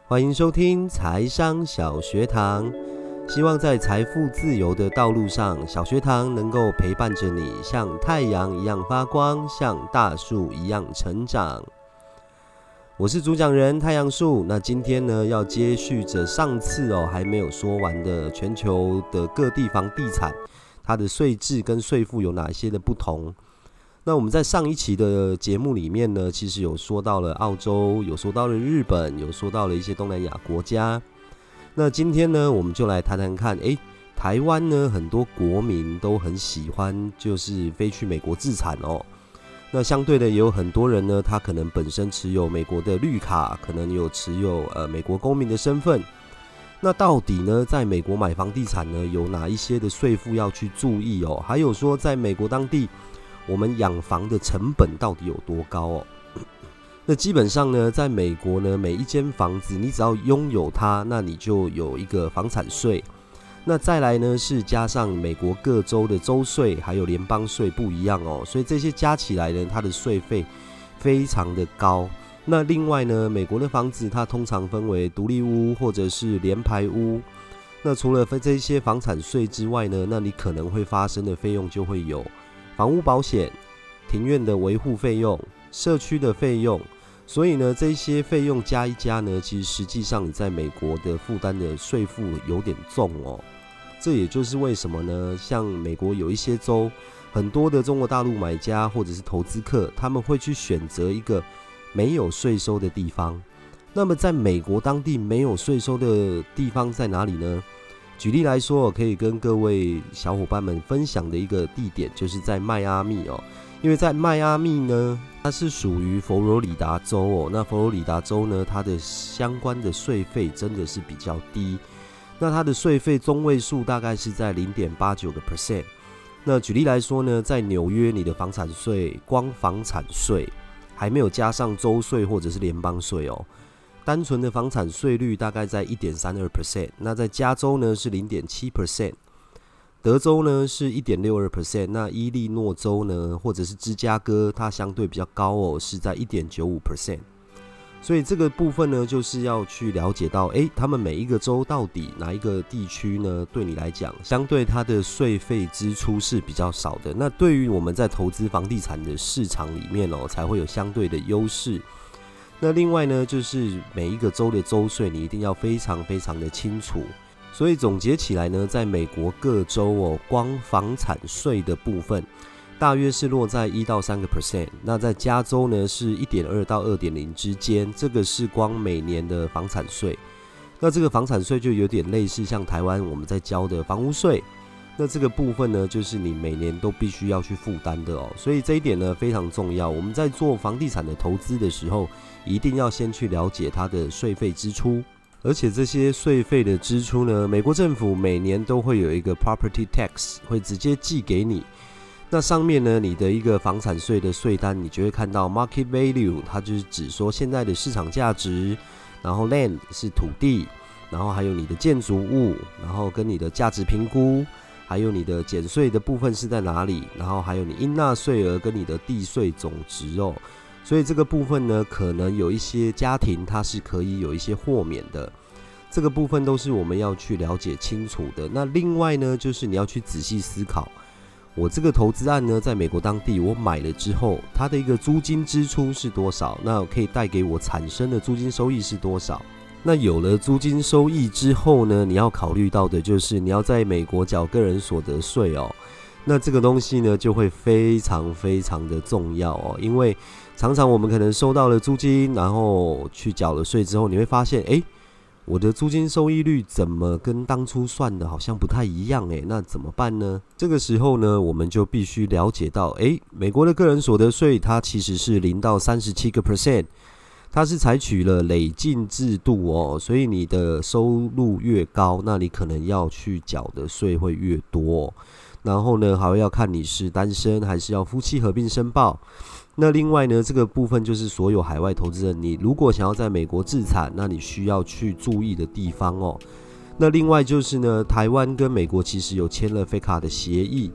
欢迎收听财商小学堂，希望在财富自由的道路上，小学堂能够陪伴着你，像太阳一样发光，像大树一样成长。我是主讲人太阳树，那今天呢要接续着上次还没有说完的全球的各地房地产，它的税制跟税负有哪些的不同。那我们在上一期的节目里面呢，其实有说到了澳洲，有说到了日本，有说到了一些东南亚国家。那今天呢，我们就来谈谈看，台湾呢很多国民都很喜欢，就是飞去美国置产哦。那相对的也有很多人呢，他可能本身持有美国的绿卡，可能有持有美国公民的身份。那到底呢，在美国买房地产呢，有哪一些的税负要去注意哦？还有说，在美国当地，我们养房的成本到底有多高哦？那基本上呢，在美国呢，每一间房子你只要拥有它，那你就有一个房产税。那再来呢，是加上美国各州的州税还有联邦税不一样哦，所以这些加起来呢，它的税费非常的高。那另外呢，美国的房子它通常分为独立屋或者是联排屋。那除了这些房产税之外呢，那你可能会发生的费用就会有房屋保险、庭院的维护费用、社区的费用。所以呢，这些费用加一加呢，其实实际上你在美国的负担的税负有点重哦。这也就是为什么呢，像美国有一些州，很多的中国大陆买家或者是投资客，他们会去选择一个没有税收的地方。那么在美国当地没有税收的地方在哪里呢？举例来说，我可以跟各位小伙伴们分享的一个地点，就是在迈阿密哦。因为在迈阿密呢，它是属于佛罗里达州哦。那佛罗里达州呢，它的相关的税费真的是比较低。那它的税费中位数大概是在 0.89%。那举例来说呢，在纽约，你的房产税，光房产税还没有加上州税或者是联邦税哦。单纯的房产税率大概在 1.32%， 那在加州呢是 0.7%， 德州呢是 1.62%， 那伊利诺州呢或者是芝加哥，它相对比较高哦，是在 1.95%。 所以这个部分呢，就是要去了解到他们每一个州到底哪一个地区呢，对你来讲相对它的税费支出是比较少的，那对于我们在投资房地产的市场里面才会有相对的优势。那另外呢，就是每一个州的州税你一定要非常非常的清楚。所以总结起来呢，在美国各州光房产税的部分大约是落在1到3%，那在加州呢是 1.2 到 2.0 之间，这个是光每年的房产税。那这个房产税就有点类似像台湾我们在交的房屋税，那这个部分呢，就是你每年都必须要去负担的哦。所以这一点呢非常重要，我们在做房地产的投资的时候，一定要先去了解它的税费支出。而且这些税费的支出呢，美国政府每年都会有一个 property tax 会直接寄给你。那上面呢，你的一个房产税的税单，你就会看到 market value， 它就是指说现在的市场价值，然后 land 是土地，然后还有你的建筑物，然后跟你的价值评估，还有你的减税的部分是在哪里，然后还有你应纳税额跟你的地税总值哦。所以这个部分呢，可能有一些家庭它是可以有一些豁免的，这个部分都是我们要去了解清楚的。那另外呢，就是你要去仔细思考，我这个投资案呢，在美国当地我买了之后，它的一个租金支出是多少？那可以带给我产生的租金收益是多少？那有了租金收益之后呢，你要考虑到的就是你要在美国缴个人所得税哦。那这个东西呢，就会非常非常的重要哦，因为常常我们可能收到了租金，然后去缴了税之后，你会发现，我的租金收益率怎么跟当初算的好像不太一样那怎么办呢？这个时候呢，我们就必须了解到，美国的个人所得税它其实是0到37%，它是采取了累进制度哦，所以你的收入越高，那你可能要去缴的税会越多然后呢，还要看你是单身还是要夫妻合并申报。那另外呢，这个部分就是所有海外投资人，你如果想要在美国置产，那你需要去注意的地方哦。那另外就是呢，台湾跟美国其实有签了FATCA的协议，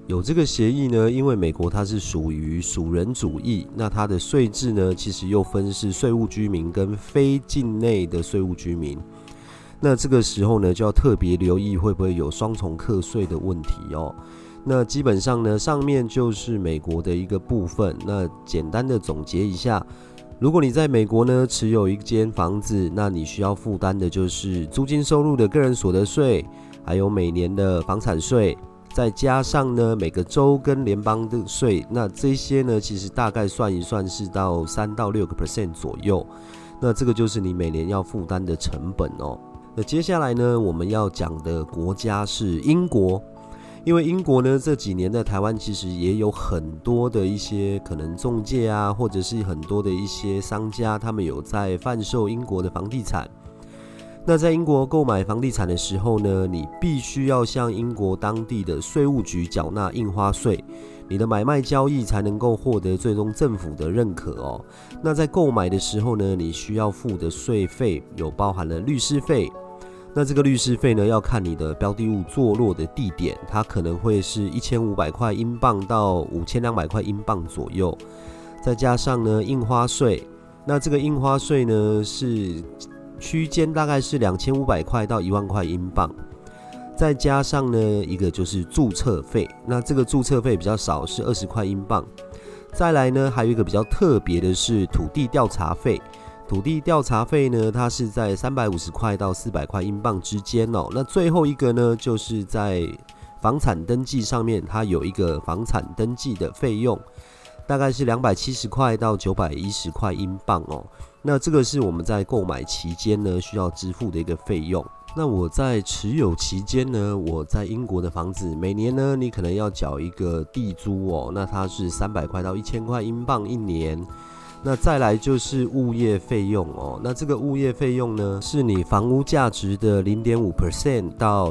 有这个协议呢，因为美国它是属于属人主义，那它的税制呢，其实又分是税务居民跟非境内的税务居民。那这个时候呢，就要特别留意会不会有双重课税的问题哦。那基本上呢，上面就是美国的一个部分。那简单的总结一下，如果你在美国呢持有一间房子，那你需要负担的就是租金收入的个人所得税，还有每年的房产税。再加上呢，每个州跟联邦的税，那这些呢，其实大概算一算是到3到6% 左右。那这个就是你每年要负担的成本哦。那接下来呢，我们要讲的国家是英国，因为英国呢这几年在台湾其实也有很多的一些可能仲介啊，或者是很多的一些商家，他们有在贩售英国的房地产。那在英国购买房地产的时候呢，你必须要向英国当地的税务局缴纳印花税，你的买卖交易才能够获得最终政府的认可哦。那在购买的时候呢，你需要付的税费有包含了律师费。那这个律师费呢，要看你的标的物坐落的地点，它可能会是1500块英镑到5200块英镑左右。再加上呢印花税，那这个印花税呢是区间大概是2500块到1万块英镑，再加上呢一个就是注册费，那这个注册费比较少，是20块英镑。再来呢还有一个比较特别的是土地调查费，土地调查费呢它是在350块到400块英镑之间哦。那最后一个呢就是在房产登记上面，它有一个房产登记的费用，大概是270块到910块英镑哦。那这个是我们在购买期间呢需要支付的一个费用。那我在持有期间呢，我在英国的房子，每年呢你可能要缴一个地租哦，那它是300块到1000块英镑一年。那再来就是物业费用哦，那这个物业费用呢是你房屋价值的 0.5% 到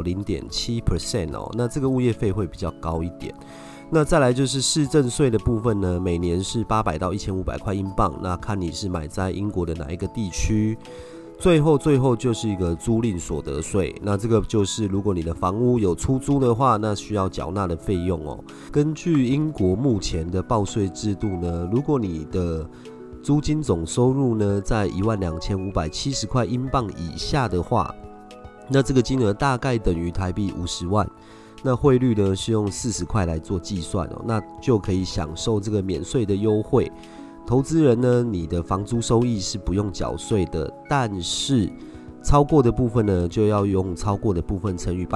0.7% 哦，那这个物业费会比较高一点。那再来就是市政税的部分呢，每年是800到1500块英镑，那看你是买在英国的哪一个地区。最后就是一个租赁所得税，那这个就是如果你的房屋有出租的话，那需要缴纳的费用哦。根据英国目前的报税制度呢，如果你的租金总收入呢在12570块英镑以下的话，那这个金额大概等于台币50万。那汇率呢是用40块来做计算哦，那就可以享受这个免税的优惠。投资人呢，你的房租收益是不用缴税的，但是超过的部分呢，就要用超过的部分乘以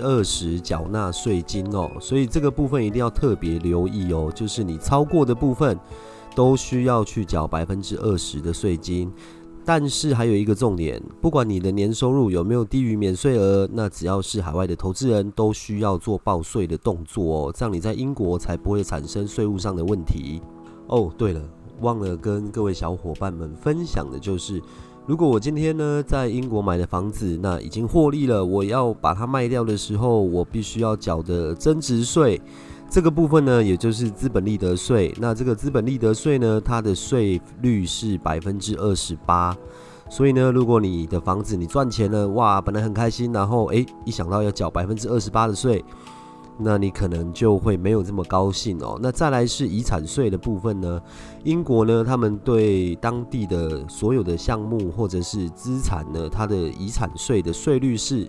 20%缴纳税金哦。所以这个部分一定要特别留意哦，就是你超过的部分都需要去缴20%的税金。但是还有一个重点，不管你的年收入有没有低于免税额，那只要是海外的投资人都需要做报税的动作哦，这样你在英国才不会产生税务上的问题。哦，对了，忘了跟各位小伙伴们分享的就是，如果我今天呢在英国买的房子，那已经获利了，我要把它卖掉的时候，我必须要缴的增值税。这个部分呢，也就是资本利得税。那这个资本利得税呢，它的税率是28%。所以呢，如果你的房子你赚钱了，哇，本来很开心，然后一想到要缴28%的税，那你可能就会没有这么高兴哦。那再来是遗产税的部分呢，英国呢，他们对当地的所有的项目或者是资产呢，它的遗产税的税率是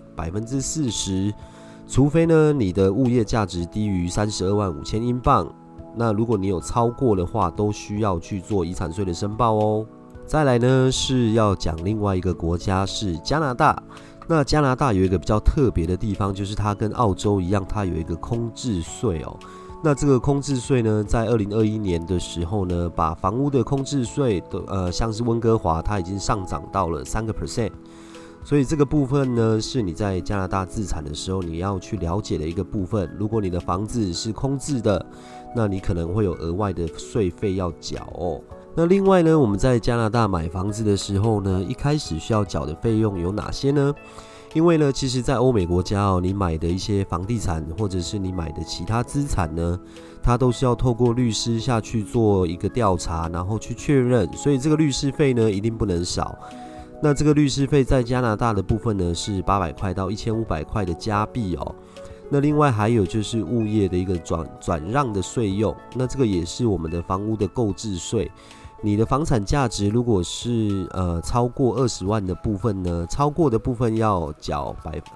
40%。除非呢你的物业价值低于32万5千英镑，那如果你有超过的话，都需要去做遗产税的申报哦。再来呢是要讲另外一个国家是加拿大。那加拿大有一个比较特别的地方，就是它跟澳洲一样，它有一个空置税哦。那这个空置税呢，在2021年的时候呢，把房屋的空置税像是温哥华，它已经上涨到了3%。所以这个部分呢，是你在加拿大自产的时候你要去了解的一个部分。如果你的房子是空置的，那你可能会有额外的税费要缴哦。那另外呢，我们在加拿大买房子的时候呢，一开始需要缴的费用有哪些呢？因为呢，其实在欧美国家哦，你买的一些房地产或者是你买的其他资产呢，它都是要透过律师下去做一个调查，然后去确认，所以这个律师费呢一定不能少。那这个律师费在加拿大的部分呢是800块到1500块的加币哦。 那另外还有就是物业的一个转让的税用，那这个也是我们的房屋的购置税。你的房产价值如果是超过20万的部分呢，超过的部分要缴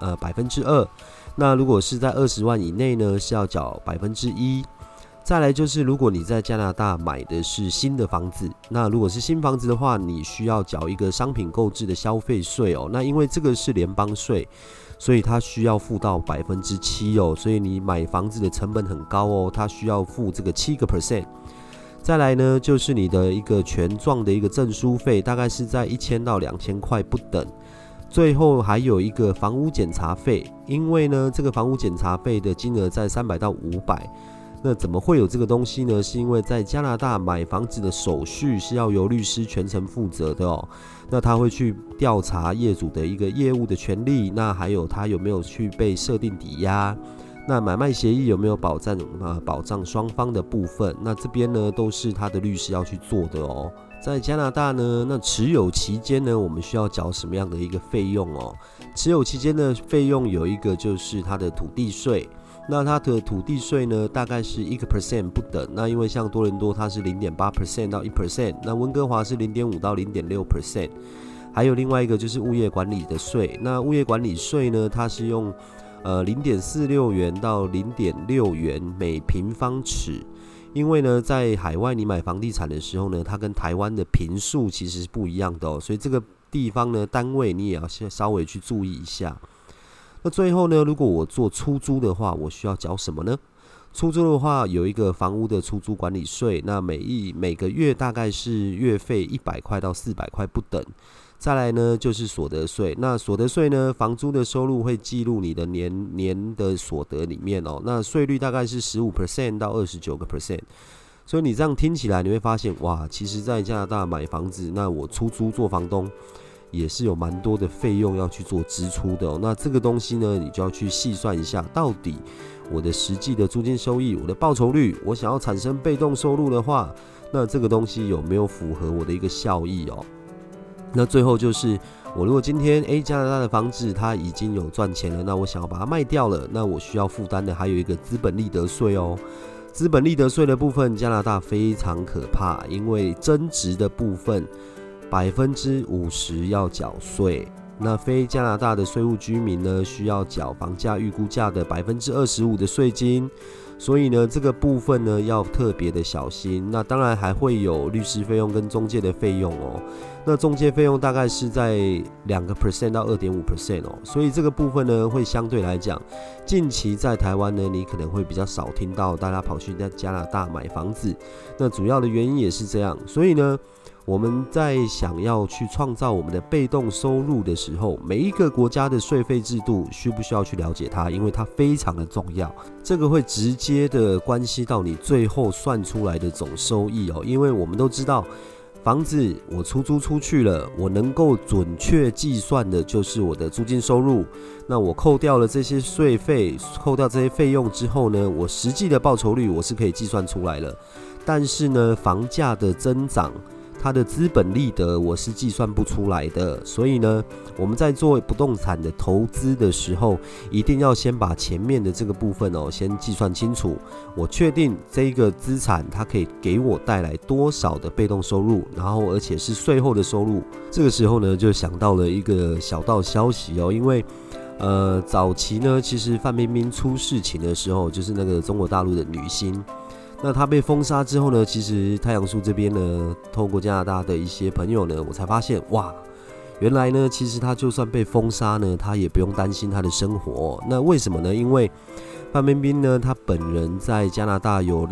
2%，那如果是在20万以内呢，是要缴1%。再来就是，如果你在加拿大买的是新的房子，那如果是新房子的话，你需要缴一个商品购置的消费税哦。那因为这个是联邦税，所以它需要付到7%哦。所以你买房子的成本很高哦，它需要付这个7%。再来呢，就是你的一个权状的一个证书费，大概是在1000到2000块不等。最后还有一个房屋检查费，因为呢，这个房屋检查费的金额在300到500。那怎么会有这个东西呢？是因为在加拿大买房子的手续是要由律师全程负责的哦。那他会去调查业主的一个业务的权利，那还有他有没有去被设定抵押，那买卖协议有没有保障双方的部分，那这边呢都是他的律师要去做的哦。在加拿大呢，那持有期间呢，我们需要缴什么样的一个费用哦？持有期间的费用有一个就是它的土地税。那它的土地税呢，大概是1% 不等。那因为像多伦多它是0.8% 到1%，那温哥华是0.5到0.6%。还有另外一个就是物业管理的税。那物业管理税呢，它是用0.46元到0.6元每平方尺。因为呢，在海外你买房地产的时候呢，它跟台湾的坪数其实是不一样的哦，所以这个地方呢，单位你也要稍微去注意一下。那最后呢，如果我做出租的话，我需要缴什么呢？出租的话有一个房屋的出租管理税，那每个月大概是月费100块到400块不等。再来呢就是所得税，那所得税呢，房租的收入会记录你的年的所得里面哦，那税率大概是15% 到29%。所以你这样听起来，你会发现哇，其实在加拿大买房子，那我出租做房东也是有蛮多的费用要去做支出的哦。那这个东西呢，你就要去细算一下，到底我的实际的租金收益、我的报酬率，我想要产生被动收入的话，那这个东西有没有符合我的一个效益哦？那最后就是我如果今天加拿大的房子它已经有赚钱了，那我想要把它卖掉了，那我需要负担的还有一个资本利得税哦。资本利得税的部分，加拿大非常可怕，因为增值的部分50%要缴税。那非加拿大的税务居民呢，需要缴房价预估价的25%的税金，所以呢，这个部分呢要特别的小心。那当然还会有律师费用跟中介的费用哦。那中介费用大概是在2% 到2.5% 哦，所以这个部分呢会相对来讲，近期在台湾呢，你可能会比较少听到大家跑去在加拿大买房子。那主要的原因也是这样，所以呢，我们在想要去创造我们的被动收入的时候，每一个国家的税费制度需不需要去了解它？因为它非常的重要，这个会直接的关系到你最后算出来的总收益哦。因为我们都知道，房子我出租出去了，我能够准确计算的就是我的租金收入。那我扣掉了这些税费，扣掉这些费用之后呢，我实际的报酬率我是可以计算出来了。但是呢，房价的增长，它的资本利得我是计算不出来的，所以呢，我们在做不动产的投资的时候，一定要先把前面的这个部分哦，先计算清楚。我确定这个资产它可以给我带来多少的被动收入，然后而且是税后的收入。这个时候呢，就想到了一个小道消息哦，因为早期呢，其实范冰冰出事情的时候，就是那个中国大陆的女星。那他被封杀之后呢，其实太阳树这边呢，透过加拿大的一些朋友呢，我才发现哇，原来呢，其实他就算被封杀呢，他也不用担心他的生活。那为什么呢？因为范冰冰呢，他本人在加拿大有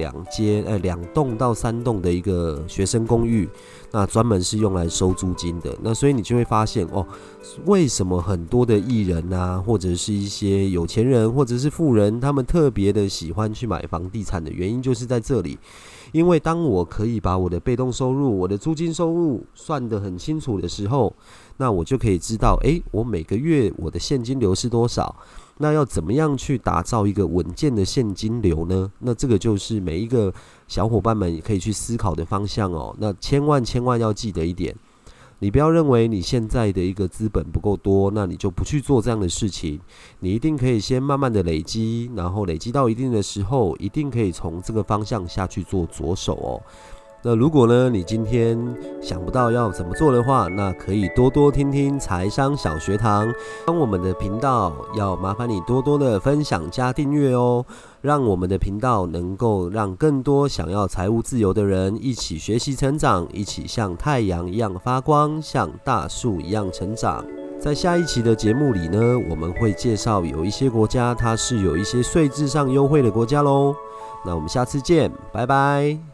2栋到3栋的一个学生公寓，那专门是用来收租金的。那所以你就会发现哦，为什么很多的艺人啊，或者是一些有钱人或者是富人，他们特别的喜欢去买房地产的原因就是在这里。因为当我可以把我的被动收入、我的租金收入算得很清楚的时候，那我就可以知道，我每个月我的现金流是多少。那要怎么样去打造一个稳健的现金流呢？那这个就是每一个小伙伴们也可以去思考的方向哦。那千万要记得一点， 你不要认为你现在的一个资本不够多，那你就不去做这样的事情。你一定可以先慢慢的累积，然后累积到一定的时候，一定可以从这个方向下去做着手哦。那如果呢，你今天想不到要怎么做的话，那可以多多听听财商小学堂。帮我们的频道要麻烦你多多的分享加订阅哦，让我们的频道能够让更多想要财务自由的人一起学习成长，一起像太阳一样发光，像大树一样成长。在下一期的节目里呢，我们会介绍有一些国家它是有一些税制上优惠的国家咯。那我们下次见，拜拜。